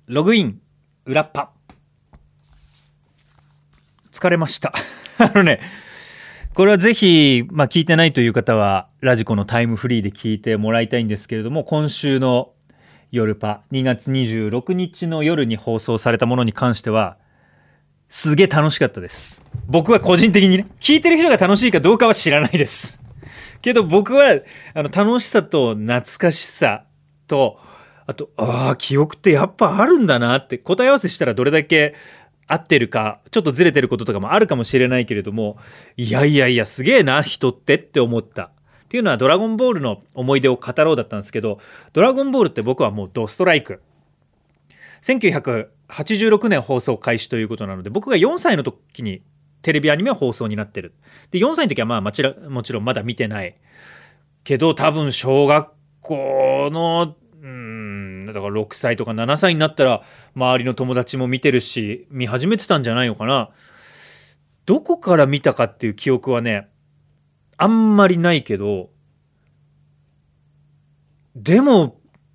ログイン裏っパ。疲れましたこれはぜひ、聞いてないという方はラジコのタイムフリーで聞いてもらいたいんですけれども、今週の夜パ2月26日の夜に放送されたものに関してはすげえ楽しかったです。僕は個人的にね、聞いてる人が楽しいかどうかは知らないですけど、僕は楽しさと懐かしさと、あと記憶ってやっぱあるんだなって、答え合わせしたらどれだけ合ってるかちょっとずれてることとかもあるかもしれないけれども、いやすげえな人って思ったっていうのは、ドラゴンボールの思い出を語ろうだったんですけど、ドラゴンボールって僕はもうドストライク1986年放送開始ということなので、僕が4歳の時にテレビアニメは放送になってる。で4歳の時はもちろんまだ見てないけど、多分小学校のだから6歳とか7歳になったら周りの友達も見てるし見始めてたんじゃないのかな。どこから見たかっていう記憶はねあんまりないけど、でも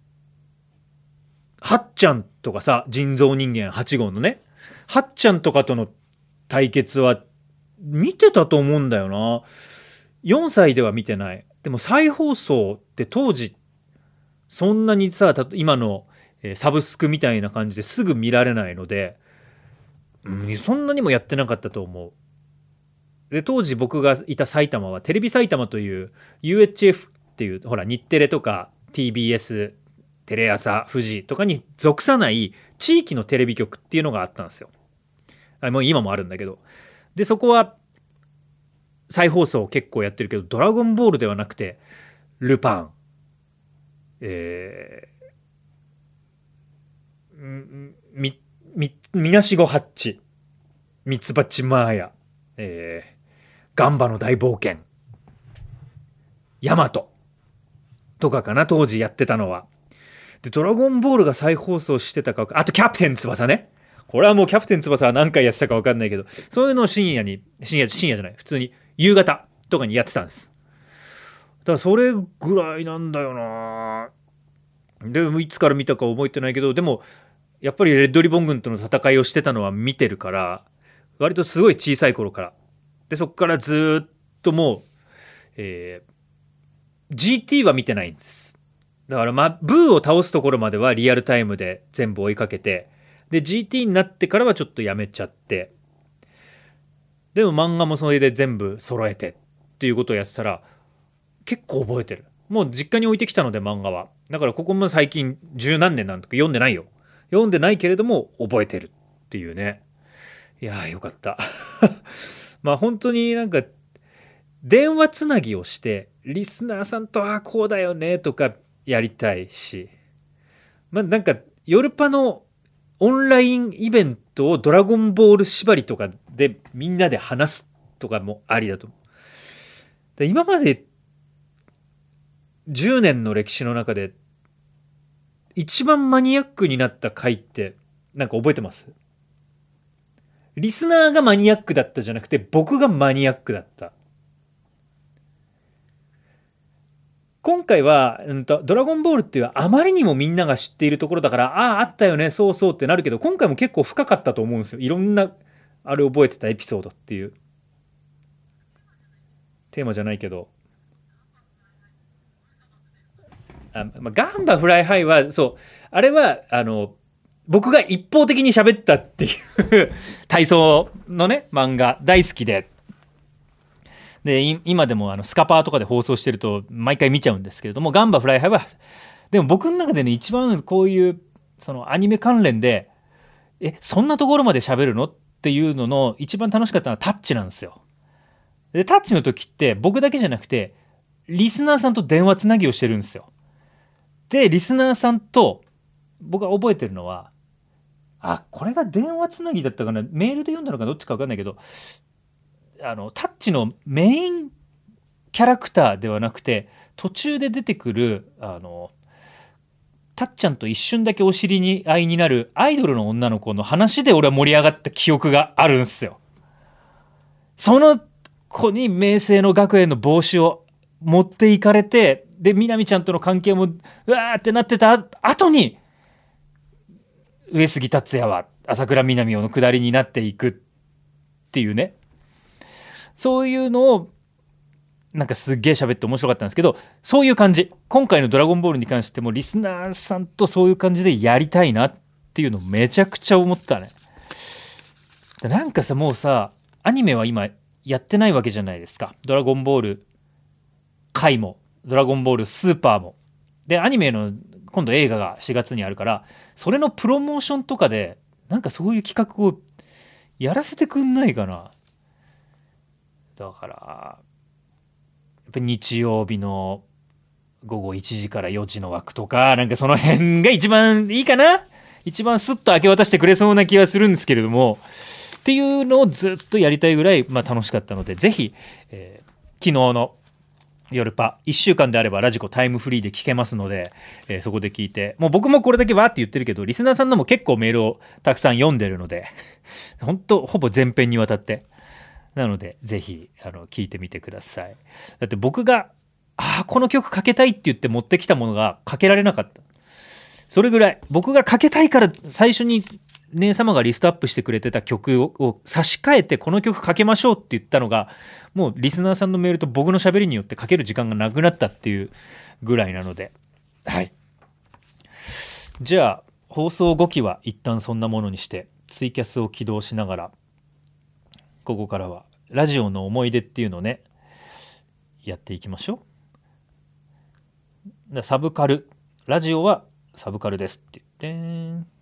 はっちゃんとかさ、人造人間8号のねはっちゃんとかとの対決は見てたと思うんだよな。4歳では見てない。でも再放送って当時そんなにさ、今のサブスクみたいな感じですぐ見られないので、そんなにもやってなかったと思う。で当時僕がいた埼玉はテレビ埼玉という UHF っていう、ほら日テレとか TBS、テレ朝、富士とかに属さない地域のテレビ局っていうのがあったんですよ。もう今もあるんだけど、でそこは再放送結構やってるけど、ドラゴンボールではなくてルパン、みなしごハッチ、ミツバチマーヤ、ガンバの大冒険、ヤマトとかかな、当時やってたのは。でドラゴンボールが再放送してたか、あとキャプテン翼ね。これはもうキャプテン翼は何回やってたか分かんないけど、そういうのを深夜じゃない、普通に夕方とかにやってたんです。だからそれぐらいなんだよな。でもいつから見たか覚えてないけど、でもやっぱりレッドリボン軍との戦いをしてたのは見てるから、割とすごい小さい頃から。でそっからずっともう、GT は見てないんです。だからブーを倒すところまではリアルタイムで全部追いかけて、で GT になってからはちょっとやめちゃって、でも漫画もそれで全部揃えてっていうことをやってたら結構覚えてる。もう実家に置いてきたので漫画は。だからここも最近十何年なんとか読んでないよ。読んでないけれども覚えてるっていうね。いやーよかった本当になんか電話つなぎをしてリスナーさんとこうだよねとかやりたいし、なんか夜パのオンラインイベントをドラゴンボール縛りとかでみんなで話すとかもありだと思う。で今まで10年の歴史の中で一番マニアックになった回ってなんか覚えてます？リスナーがマニアックだったじゃなくて僕がマニアックだった。今回は、ドラゴンボールっていうあまりにもみんなが知っているところだから、あったよね、そうそうってなるけど、今回も結構深かったと思うんですよ。いろんなあれ覚えてたエピソードっていうテーマじゃないけど、ガンバフライハイはそう、あれは僕が一方的に喋ったっていう体操のね漫画大好きで。で今でもスカパーとかで放送してると毎回見ちゃうんですけれども、ガンバフライハイはでも僕の中でね一番こういうそのアニメ関連でそんなところまで喋るのっていうのの一番楽しかったのはタッチなんですよ。でタッチの時って僕だけじゃなくてリスナーさんと電話つなぎをしてるんですよ。でリスナーさんと僕が覚えてるのは、これが電話つなぎだったかな、メールで読んだのかどっちか分かんないけど、タッチのメインキャラクターではなくて途中で出てくるタッちゃんと一瞬だけお尻に合いになるアイドルの女の子の話で俺は盛り上がった記憶があるんですよ。その子に明星の学園の帽子を持っていかれて、でみなみちゃんとの関係もうわーってなってた後に上杉達也は朝倉みなみの下りになっていくっていうね、そういうのをなんかすっげえ喋って面白かったんですけど、そういう感じ、今回のドラゴンボールに関してもリスナーさんとそういう感じでやりたいなっていうのをめちゃくちゃ思ったね。なんかさ、もうさ、アニメは今やってないわけじゃないですか。ドラゴンボール回もドラゴンボールスーパーもで、アニメの今度映画が4月にあるから、それのプロモーションとかでなんかそういう企画をやらせてくんないかな。だからやっぱ日曜日の午後1時から4時の枠とか、なんかその辺が一番いいかな、一番スッと明け渡してくれそうな気はするんですけれども、っていうのをずっとやりたいぐらい、楽しかったので、ぜひ、昨日の夜パ1週間であればラジコタイムフリーで聞けますので、そこで聞いて、もう僕もこれだけわーって言ってるけど、リスナーさんのも結構メールをたくさん読んでるので本当ほぼ全編にわたって、なのでぜひ聞いてみてください。だって僕がこの曲かけたいって言って持ってきたものがかけられなかった。それぐらい僕がかけたいから最初に姉様がリストアップしてくれてた曲を差し替えてこの曲かけましょうって言ったのが、もうリスナーさんのメールと僕の喋りによってかける時間がなくなったっていうぐらいなので、はい。じゃあ放送5期は一旦そんなものにしてツイキャスを起動しながら、ここからはラジオの思い出っていうのをねやっていきましょう。サブカル、ラジオはサブカルですって言って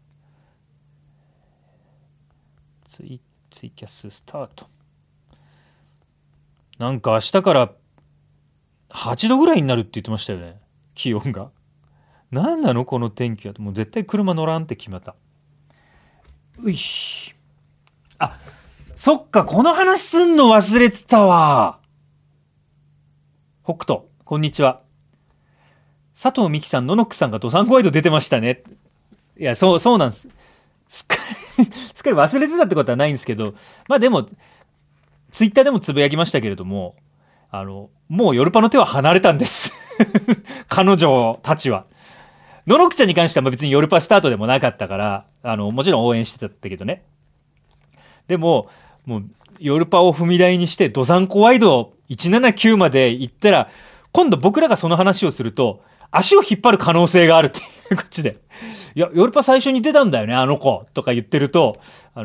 ツイキャススタート。なんか明日から8度ぐらいになるって言ってましたよね、気温が。何なのこの天気は。もう絶対車乗らんって決まった。うい、そっか、この話すんの忘れてたわ。北斗、こんにちは。佐藤美希さん、ののくさんがドサンコワイド出てましたね。いや、そうなんです。すっかり忘れてたってことはないんですけど、でもツイッターでもつぶやきましたけれども、もうヨルパの手は離れたんです彼女たちは。ののくちゃんに関しては別にヨルパスタートでもなかったから、もちろん応援してたけどね。でももうヨルパを踏み台にしてドサンコワイド179まで行ったら、今度僕らがその話をすると足を引っ張る可能性があるっていうこっちで、いやヨルパ最初に出たんだよねあの子とか言ってると、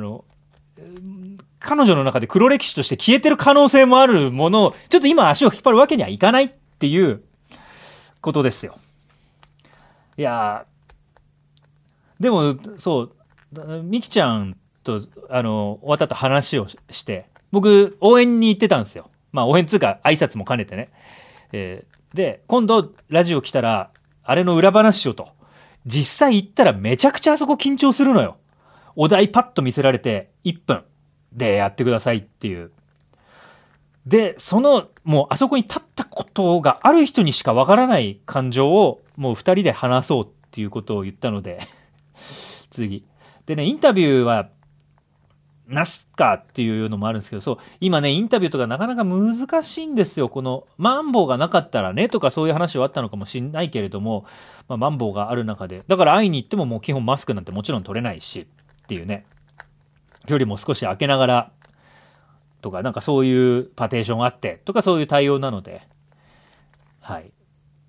彼女の中で黒歴史として消えてる可能性もあるものをちょっと今足を引っ張るわけにはいかないっていうことですよ。いやでもそうみきちゃんと終わった後話をして、僕応援に行ってたんですよ。応援つうか挨拶も兼ねてね、で今度ラジオ来たらあれの裏話しようと。実際行ったらめちゃくちゃあそこ緊張するのよ。お題パッと見せられて1分でやってくださいっていう。でもうあそこに立ったことがある人にしかわからない感情をもう2人で話そうっていうことを言ったので次でね、インタビューはなしかっていうのもあるんですけど、今ねインタビューとかなかなか難しいんですよ。このマンボウがなかったらねとかそういう話はあったのかもしれないけれども、マンボウがある中で、だから会いに行ってももう基本マスクなんてもちろん取れないしっていうね、距離も少し空けながらとか、なんかそういうパテーションあってとかそういう対応なので、はい。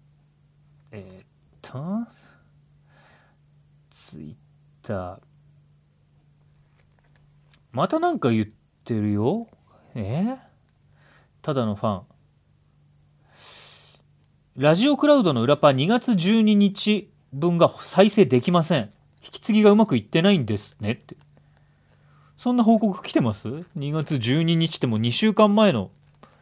ツイッターまたなんか言ってるよ。ただのファン。ラジオクラウドの裏パ2月12日分が再生できません。引き継ぎがうまくいってないんですねって。そんな報告来てます？ 2 月12日ってもう2週間前の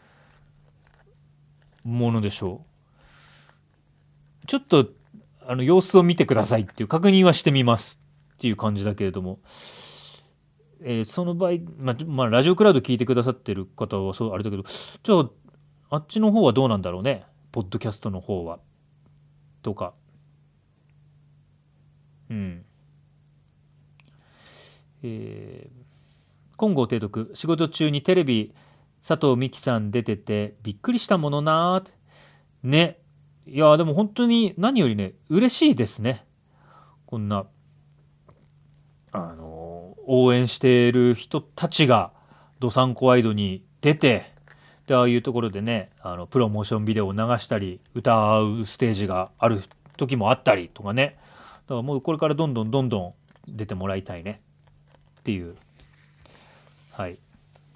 ものでしょう。ちょっと様子を見てくださいっていう確認はしてみますっていう感じだけれども、その場合、ラジオクラウド聞いてくださってる方はそうあれだけど、じゃああっちの方はどうなんだろうね、ポッドキャストの方はとか。金剛提督、仕事中にテレビ佐藤美希さん出ててびっくりしたものなーね。いやでも本当に何よりね嬉しいですね。こんな応援している人たちがどさんこワイドに出て、でああいうところでねプロモーションビデオを流したり歌うステージがある時もあったりとかね。だからもうこれからどんどん出てもらいたいねっていう。はい、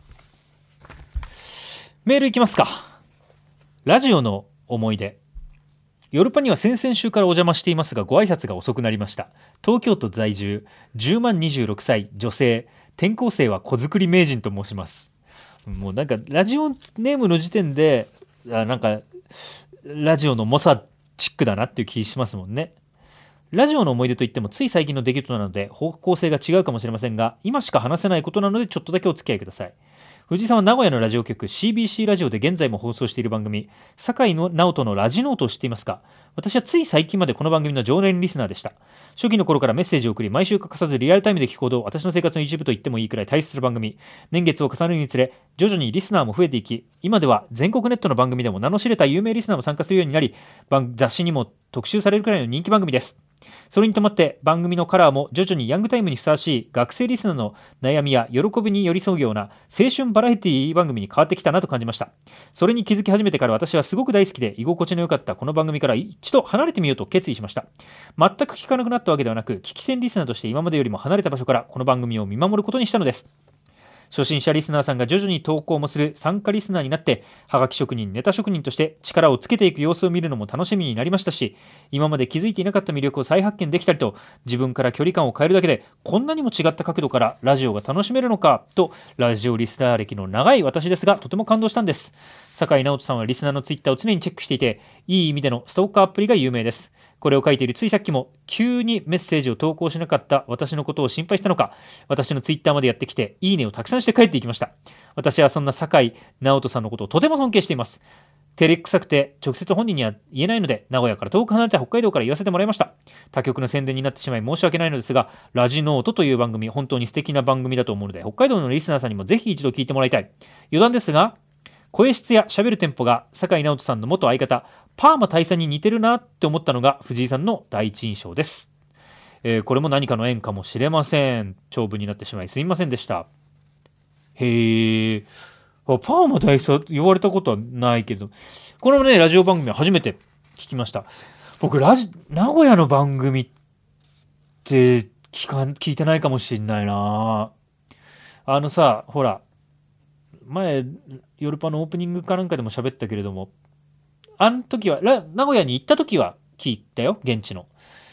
メールいきますか。ラジオの思い出。ヨルパには先々週からお邪魔していますが、ご挨拶が遅くなりました。東京都在住10万26歳女性、転校生は子作り名人と申します。もうなんかラジオネームの時点でなんかラジオの猛者チックだなっていう気しますもんね。ラジオの思い出といってもつい最近の出来事なので方向性が違うかもしれませんが、今しか話せないことなのでちょっとだけお付き合いください。藤井さんは名古屋のラジオ局 CBC ラジオで現在も放送している番組酒井直人のラジノートを知っていますか。私はつい最近までこの番組の常連リスナーでした。初期の頃からメッセージを送り、毎週欠かさずリアルタイムで聞くほど私の生活の一部と言ってもいいくらい大切な番組。年月を重ねるにつれ徐々にリスナーも増えていき、今では全国ネットの番組でも名の知れた有名リスナーも参加するようになり、雑誌にも特集されるくらいの人気番組です。それに伴って番組のカラーも徐々にヤングタイムにふさわしい学生リスナーの悩みや喜びに寄り添うような青春バラエティ番組に変わってきたなと感じました。それに気づき始めてから私はすごく大好きで居心地の良かったこの番組から一度離れてみようと決意しました。全く聞かなくなったわけではなく、聞き戦リスナーとして今までよりも離れた場所からこの番組を見守ることにしたのです。初心者リスナーさんが徐々に投稿もする参加リスナーになって、はがき職人、ネタ職人として力をつけていく様子を見るのも楽しみになりましたし、今まで気づいていなかった魅力を再発見できたりと、自分から距離感を変えるだけでこんなにも違った角度からラジオが楽しめるのかと、ラジオリスナー歴の長い私ですがとても感動したんです。酒井直人さんはリスナーのツイッターを常にチェックしていて、いい意味でのストーカーアプリが有名です。これを書いているついさっきも急にメッセージを投稿しなかった私のことを心配したのか、私のツイッターまでやってきていいねをたくさんして帰っていきました。私はそんな酒井直人さんのことをとても尊敬しています。照れくさくて直接本人には言えないので、名古屋から遠く離れた北海道から言わせてもらいました。他局の宣伝になってしまい申し訳ないのですが、ラジノートという番組、本当に素敵な番組だと思うので、北海道のリスナーさんにもぜひ一度聞いてもらいたい。余談ですが、声質や喋るテンポが酒井直人さんの元相方パーマ大佐に似てるなって思ったのが藤井さんの第一印象です。これも何かの縁かもしれません。長文になってしまいすみませんでした。へえ、パーマ大佐言われたことはないけど、このねラジオ番組は初めて聞きました。僕名古屋の番組って聞いてないかもしんないな。さ、ほら前ヨルパのオープニングかなんかでも喋ったけれども、あの時は名古屋に行った時は聞いたよ。現地の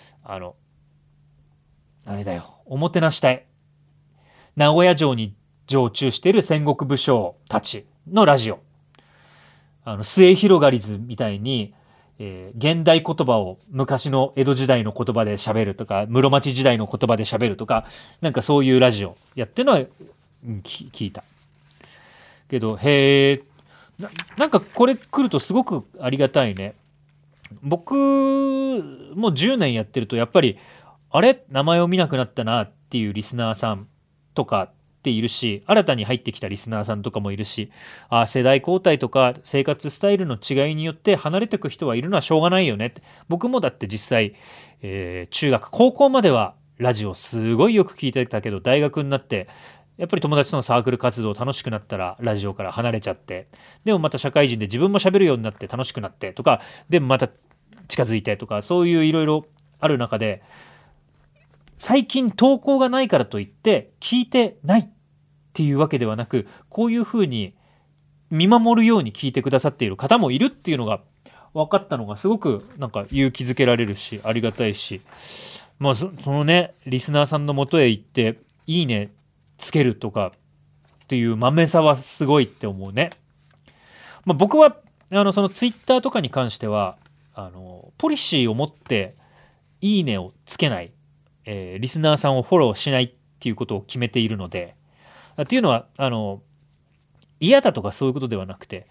あれだよ、おもてなし隊、名古屋城に常駐している戦国武将たちのラジオ、末広がりずみたいに、現代言葉を昔の江戸時代の言葉で喋るとか、室町時代の言葉で喋るとか、なんかそういうラジオやってるのは、聞いたけど、へえ、なんかこれ来るとすごくありがたいね。僕も10年やってるとやっぱりあれ名前を見なくなったなっていうリスナーさんとかっているし、新たに入ってきたリスナーさんとかもいるし、世代交代とか生活スタイルの違いによって離れていく人はいるのはしょうがないよねって。僕もだって実際、中学高校まではラジオすごいよく聞いてたけど、大学になってやっぱり友達とのサークル活動楽しくなったらラジオから離れちゃって、でもまた社会人で自分も喋るようになって楽しくなってとか、でもまた近づいてとか、そういういろいろある中で、最近投稿がないからといって聞いてないっていうわけではなく、こういうふうに見守るように聞いてくださっている方もいるっていうのが分かったのがすごくなんか勇気づけられるし、ありがたいし、まあそのねリスナーさんの元へ行っていいねつけるとかっていうまめさはすごいって思うね。僕はそのツイッターとかに関してはポリシーを持っていいねをつけない、リスナーさんをフォローしないっていうことを決めているので、っていうのは嫌だとかそういうことではなくて、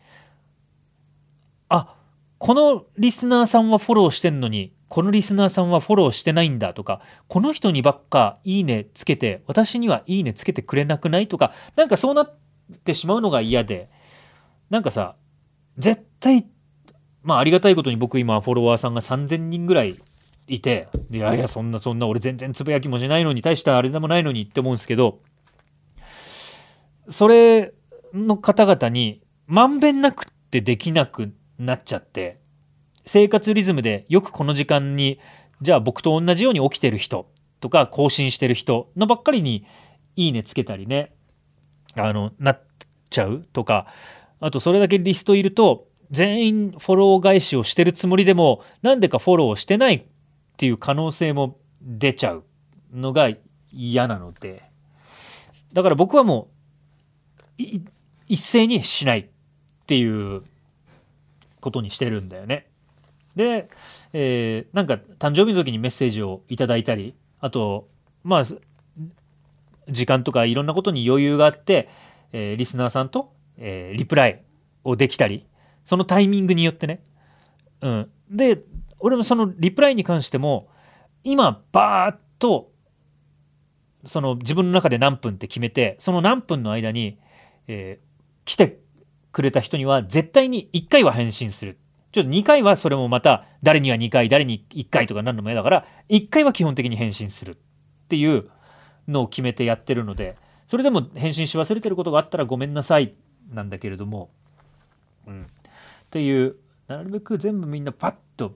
このリスナーさんはフォローしてんのにこのリスナーさんはフォローしてないんだとか、この人にばっかいいねつけて私にはいいねつけてくれなくないとか、なんかそうなってしまうのが嫌で、なんかさ絶対ありがたいことに僕今フォロワーさんが3000人ぐらいいて、いやいやそんな俺全然つぶやきもしないのに大したあれでもないのにって思うんですけど、それの方々にまんべんなくってできなくなっちゃって、生活リズムでよくこの時間にじゃあ僕と同じように起きてる人とか更新してる人のばっかりにいいねつけたりね、なっちゃうとか、あとそれだけリストいると全員フォロー返しをしてるつもりでもなんでかフォローしてないっていう可能性も出ちゃうのが嫌なので、だから僕はもう一斉にしないっていうことにしてるんだよね。で、なんか誕生日の時にメッセージをいただいたり、あとまあ時間とかいろんなことに余裕があって、リスナーさんと、リプライをできたり、そのタイミングによってね、で俺もそのリプライに関しても今バーッとその自分の中で何分って決めて、その何分の間に、来てくれた人には絶対に1回は返信する。ちょっと2回はそれもまた誰には2回誰に1回とかなるのも嫌だから、1回は基本的に返信するっていうのを決めてやってるので、それでも返信し忘れてることがあったらごめんなさいなんだけれども、っていう、なるべく全部みんなパッと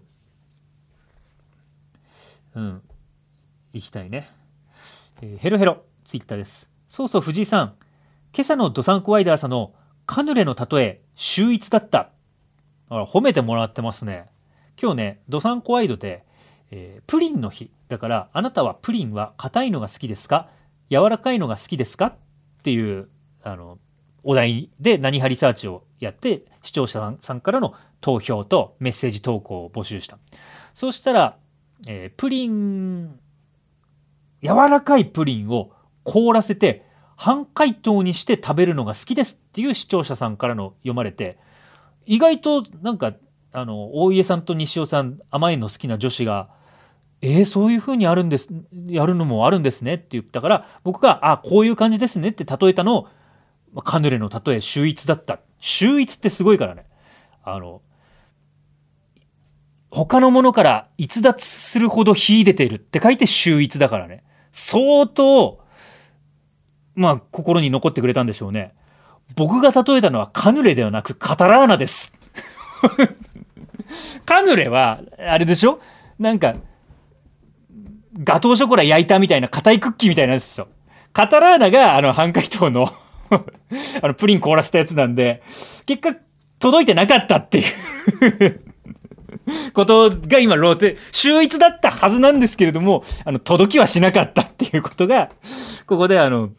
行きたいね。ヘロヘロツイッターです。そう藤井さん、今朝のドサンコワイダーさんのカヌレの例え秀逸だった。褒めてもらってますね。今日ねドサンコワイドで、プリンの日だから、あなたはプリンは硬いのが好きですか柔らかいのが好きですかっていうお題で何ハリサーチをやって、視聴者さんからの投票とメッセージ投稿を募集した。そうしたら、プリン柔らかいプリンを凍らせて半解凍にして食べるのが好きですっていう視聴者さんからの読まれて、意外となんか大家さんと西尾さん甘いの好きな女子がそういう風にあるんです、やるのもあるんですねって言ったから、僕がこういう感じですねって例えたのを、カヌレの例え秀逸だった。秀逸ってすごいからね、他のものから逸脱するほど秀でてるって書いて秀逸だからね、相当心に残ってくれたんでしょうね。僕が例えたのはカヌレではなくカタラーナですカヌレはあれでしょ、なんかガトーショコラ焼いたみたいな硬いクッキーみたいなやつですよ。カタラーナが半解凍のプリン凍らせたやつなんで、結果届いてなかったっていうことが今ローテ秀逸だったはずなんですけれども、届きはしなかったっていうことがここで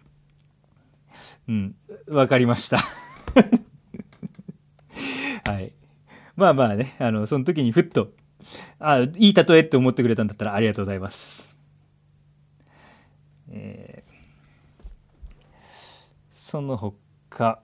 分かりましたはい、まあね、その時にふっといい例えって思ってくれたんだったらありがとうございます。その他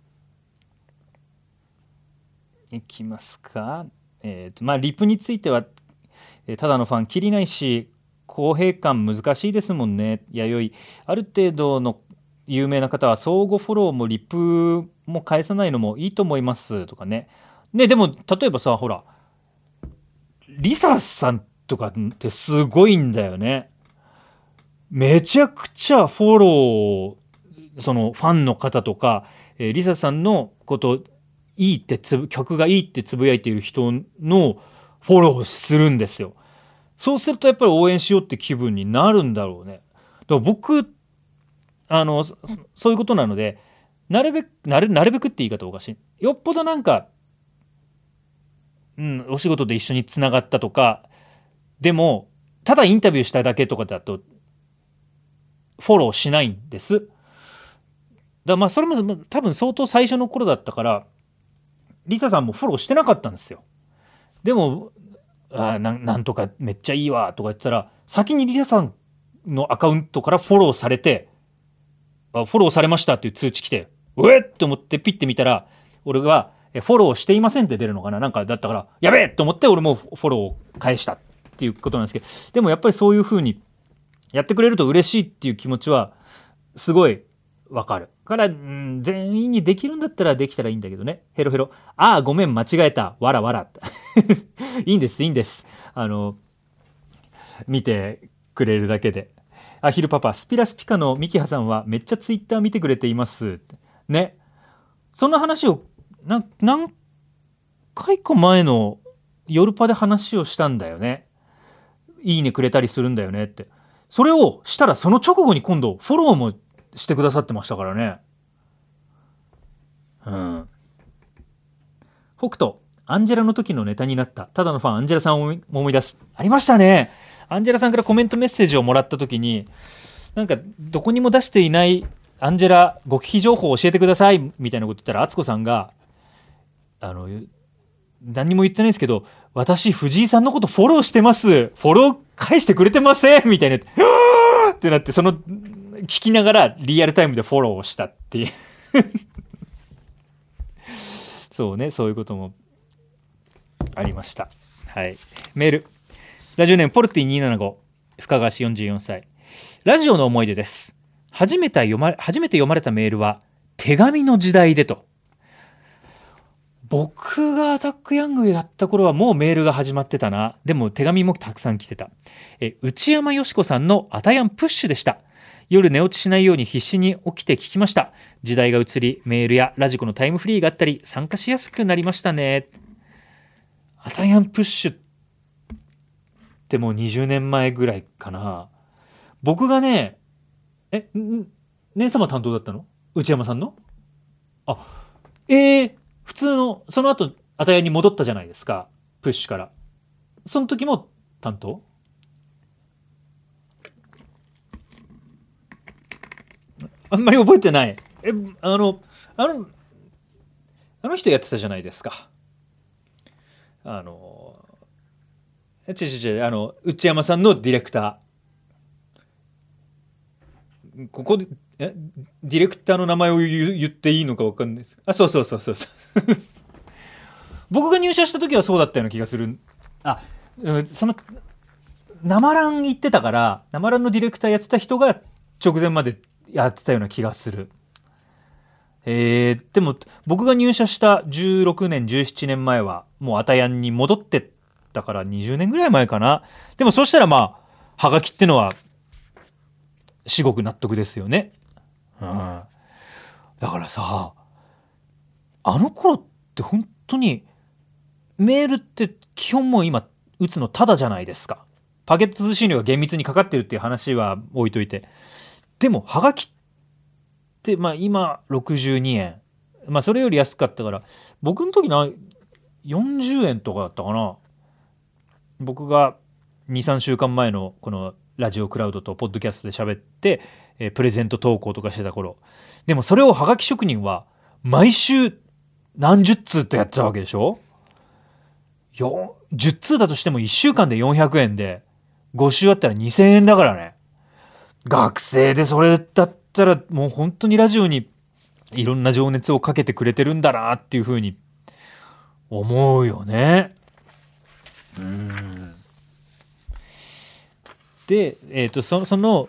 いきますか。リプについては、ただのファンきりないし公平感難しいですもんね。弥生、ある程度の有名な方は相互フォローもリプも返さないのもいいと思いますとかね。でも例えばさ、ほらリサさんとかってすごいんだよね。めちゃくちゃフォロー、そのファンの方とか、リサさんのこといいって曲がいいってつぶやいている人のフォローするんですよ。そうするとやっぱり応援しようって気分になるんだろうね。だから僕そういうことなので、なるべくって言い方おかしい。よっぽどなんかお仕事で一緒につながったとかでも、ただインタビューしただけとかだとフォローしないんです。だからそれも多分相当最初の頃だったからリサさんもフォローしてなかったんですよ。でもなんとかめっちゃいいわとか言ってたら、先にリサさんのアカウントからフォローされて、フォローされましたっていう通知来て、って思ってピッて見たら、俺がフォローしていませんって出るのかな、なんかだったから、やべえと思って俺もフォローを返したっていうことなんですけど、でもやっぱりそういう風にやってくれると嬉しいっていう気持ちはすごいわかるから、全員にできるんだったらできたらいいんだけどね。ヘロヘロ、ごめん間違えた、わらわらいいんです見てくれるだけで。アヒルパパ、スピラスピカのミキハさんはめっちゃツイッター見てくれていますね。そんな話を何回か前の夜パで話をしたんだよね。いいねくれたりするんだよねって。それをしたらその直後に今度フォローもしてくださってましたからね。北斗、アンジェラの時のネタになったただのファンアンジェラさんを思い出す。ありましたね。アンジェラさんからコメントメッセージをもらった時に、なんかどこにも出していないアンジェラ極秘情報を教えてくださいみたいなこと言ったら、敦子さんが何にも言ってないんですけど、私藤井さんのことフォローしてます、フォロー返してくれてませんみたいなってなって、その聞きながらリアルタイムでフォローをしたっていうそうね、そういうこともありました。はい。メール、ラジオネームポルティ275、深川市44歳。ラジオの思い出です。初めて読まれたメールは手紙の時代でと。僕がアタックヤングやった頃はもうメールが始まってたな。でも手紙もたくさん来てた。内山よしこさんのアタヤンプッシュでした。夜寝落ちしないように必死に起きて聞きました。時代が移り、メールやラジコのタイムフリーがあったり参加しやすくなりましたね。アタヤンプッシュってもう20年前ぐらいかな。僕がね、姉様担当だったの？内山さんの？普通の、その後アタヤに戻ったじゃないですか、プッシュから。その時も担当？あんまり覚えてない。あの人やってたじゃないですか。内山さんのディレクター。ここでディレクターの名前を言っていいのか分かんないです。そう僕が入社した時はそうだったような気がする。その生ラン行ってたから、生ランのディレクターやってた人が直前までやってたような気がする。でも僕が入社した16年17年前はもうアタヤンに戻ってたから20年ぐらい前かな。でもそうしたらはがきってのは至極納得ですよね。だからさ、あの頃って本当にメールって基本もう今打つのタダじゃないですか。パケット通信料が厳密にかかってるっていう話は置いといて、でもはがきって今62円、それより安かったから、僕の時40円とかだったかな。僕が 2,3 週間前のこのラジオクラウドとポッドキャストで喋って、プレゼント投稿とかしてた頃、でもそれをはがき職人は毎週何十通とやってたわけでしょ。10通だとしても1週間で400円で5週あったら2000円だからね。学生でそれだったらもう本当にラジオにいろんな情熱をかけてくれてるんだなっていうふうに思うよね。で、その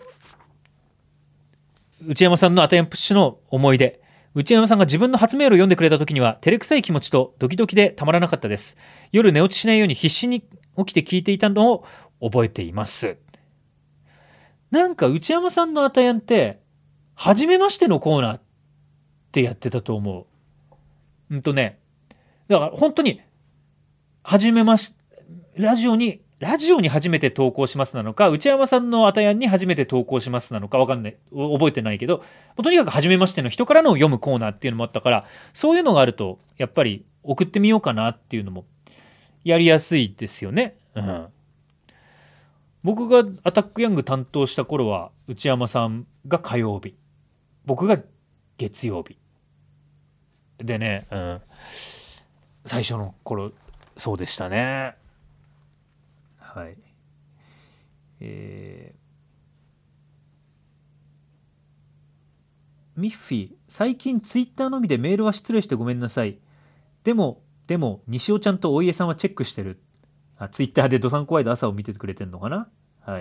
内山さんのアタヤンプッシュの思い出。内山さんが自分の初メールを読んでくれた時には照れくさい気持ちとドキドキでたまらなかったです。夜寝落ちしないように必死に起きて聞いていたのを覚えています。なんか内山さんのアタヤンって初めましてのコーナーってやってたと思う。だから本当に初めましラジオに初めて投稿しますなのか、内山さんのアタヤンに初めて投稿しますなのか分かんない、覚えてないけど、とにかく初めましての人からの読むコーナーっていうのもあったから、そういうのがあるとやっぱり送ってみようかなっていうのもやりやすいですよね。僕がアタックヤング担当した頃は内山さんが火曜日、僕が月曜日でね、最初の頃そうでしたね。はい。ミッフィー、最近ツイッターのみでメールは失礼してごめんなさい。でも西尾ちゃんとお家さんはチェックしてる。ツイッターでドサンコワイド朝を見ててくれてんのかな。はい。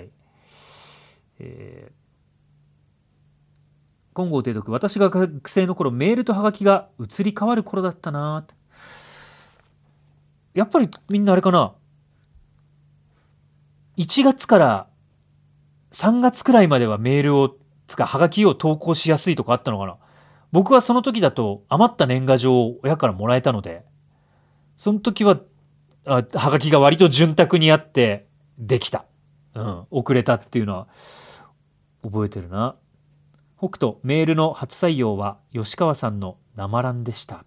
金剛提督、私が学生の頃メールとハガキが移り変わる頃だったな。やっぱりみんなあれかな、 1月から3月くらいまではメールをはがきを投稿しやすいとかあったのかな。僕はその時だと余った年賀状を親からもらえたので、その時ははがきが割と潤沢にあってできた、遅れたっていうのは覚えてるな。北斗、メールの初採用は吉川さんの生ランでした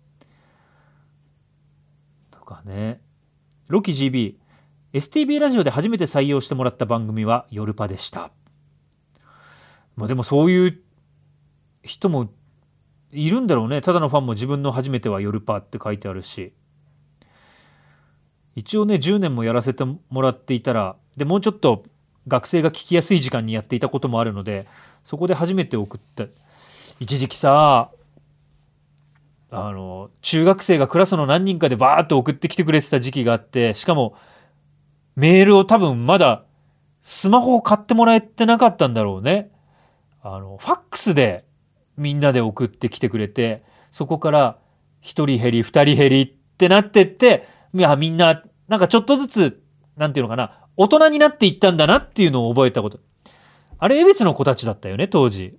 とかね。ロキ GB、 STB ラジオで初めて採用してもらった番組は夜パでした。でもそういう人もいるんだろうね。ただのファンも自分の初めては夜パって書いてあるし、一応ね10年もやらせてもらっていたら、でもうちょっと学生が聞きやすい時間にやっていたこともあるので、そこで初めて送った。一時期さ、中学生がクラスの何人かでバーッと送ってきてくれてた時期があって、しかもメールを多分まだスマホを買ってもらえてなかったんだろうね。ファックスでみんなで送ってきてくれて、そこから1人減り2人減りってなってって、いやみんななんかちょっとずつなんていうのかな、大人になっていったんだなっていうのを覚えたこと。あれ江別の子たちだったよね当時。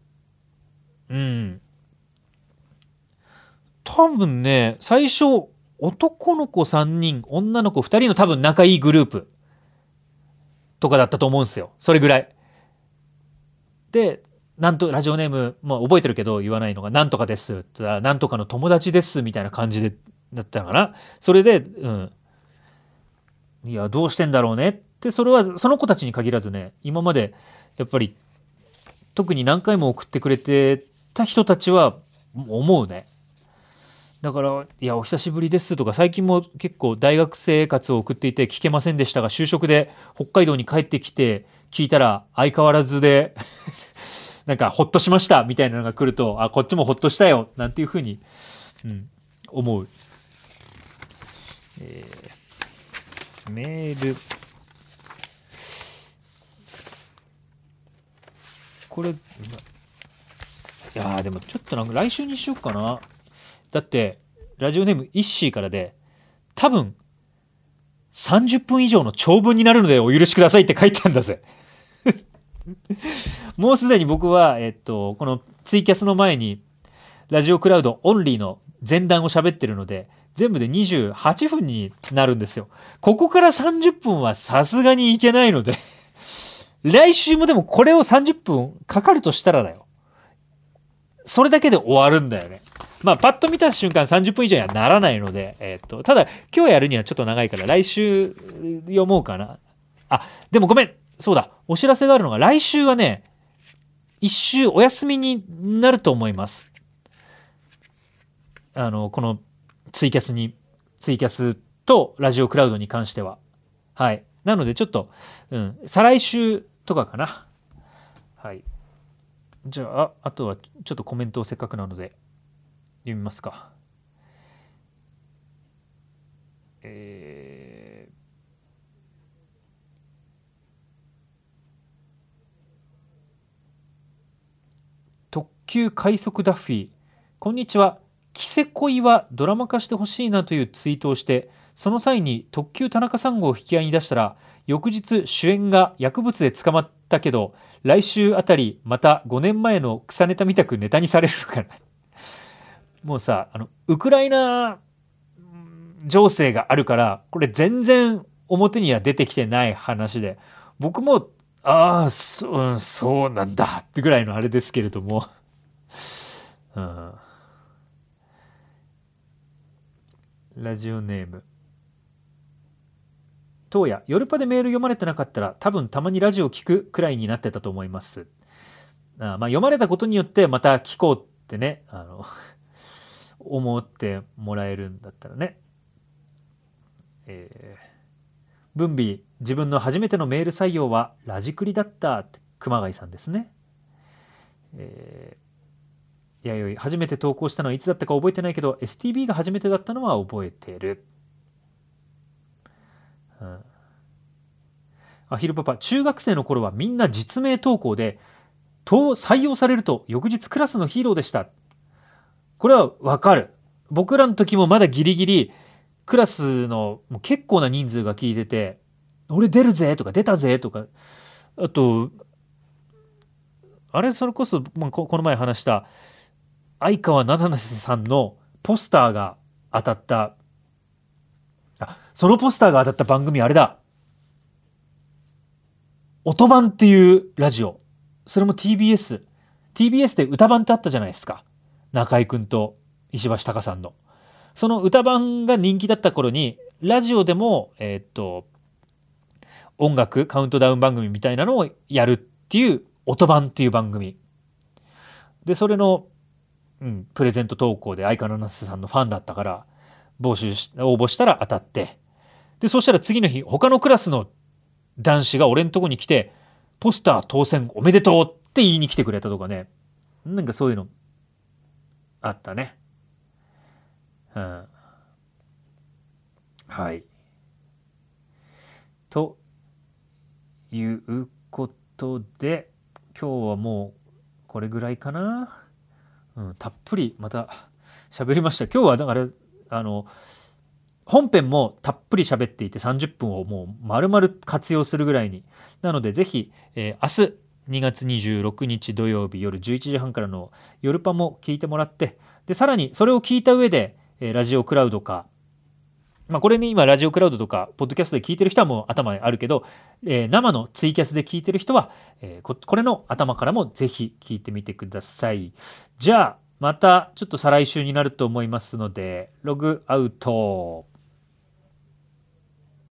多分ね、最初男の子3人女の子2人の多分仲いいグループとかだったと思うんですよ。それぐらいで、なんとラジオネーム、覚えてるけど言わないのがなんとかですって言ったら、なんとかの友達ですみたいな感じでだったのかな。それでいやどうしてんだろうねって、それはその子たちに限らずね、今までやっぱり特に何回も送ってくれてた人たちは思うね。だからいやお久しぶりですとか、最近も結構大学生活を送っていて聞けませんでしたが、就職で北海道に帰ってきて聞いたら相変わらずでなんかほっとしましたみたいなのが来ると、こっちもほっとしたよなんていうふうに、思う。メールこれ、いやでもちょっとなんか来週にしようかな。だってラジオネームイッシーからで、多分30分以上の長文になるのでお許しくださいって書いてあるんだぜもうすでに僕は、このツイキャスの前にラジオクラウドオンリーの前段を喋ってるので、全部で28分になるんですよ。ここから30分はさすがにいけないので来週もでもこれを30分かかるとしたらだよ、それだけで終わるんだよね。パッと見た瞬間30分以上にはならないので、ただ今日やるにはちょっと長いから来週読もうかな。でもごめん、そうだ、お知らせがあるのが、来週はね一週お休みになると思います。このツイキャスとラジオクラウドに関しては、はい、なのでちょっと、再来週とかかな。はい、じゃああとはちょっとコメントをせっかくなので読みますか。特急快速ダッフィー、こんにちは。キセ恋はドラマ化してほしいなというツイートをして、その際に特急田中さん号を引き合いに出したら、翌日主演が薬物で捕まったけど、来週あたりまた5年前の草ネタみたくネタにされるのかなもうさ、ウクライナ情勢があるから、これ全然表には出てきてない話で、僕もそうなんだってぐらいのあれですけれども、ラジオネーム当夜、夜パでメール読まれてなかったら多分たまにラジオ聞くくらいになってたと思います。読まれたことによってまた聞こうってね、思ってもらえるんだったらね。文美、自分の初めてのメール採用はラジクリだったって熊谷さんですね。弥生、初めて投稿したのはいつだったか覚えてないけど STB が初めてだったのは覚えてる。アヒルパパ、中学生の頃はみんな実名投稿で採用されると翌日クラスのヒーローでした。これはわかる。僕らの時もまだギリギリクラスのもう結構な人数が聞いてて、 俺出るぜとか出たぜとか、あとあれそれこそ、この前話した相川七瀬さんのポスターが当たった、そのポスターが当たった番組あれだ、音版っていうラジオ、それも TBS で歌版ってあったじゃないですか、中居君と石橋貴さんの。その歌版が人気だった頃にラジオでも音楽カウントダウン番組みたいなのをやるっていう音版っていう番組で、それの、プレゼント投稿で相川七瀬さんのファンだったから応募したら当たって、でそしたら次の日他のクラスの男子が俺んとこに来てポスター当選おめでとうって言いに来てくれたとかね、なんかそういうのあったね。はい。ということで今日はもうこれぐらいかな。たっぷりまた喋りました。今日はだから本編もたっぷり喋っていて30分をもう丸々活用するぐらいに。なのでぜひ、明日2月26日土曜日夜11時半からの夜パも聞いてもらって、でさらにそれを聞いた上で、ラジオクラウドか、これに今ラジオクラウドとかポッドキャストで聞いてる人はもう頭にあるけど、生のツイキャスで聞いてる人は、これの頭からもぜひ聞いてみてください。じゃあまたちょっと再来週になると思いますのでログアウト。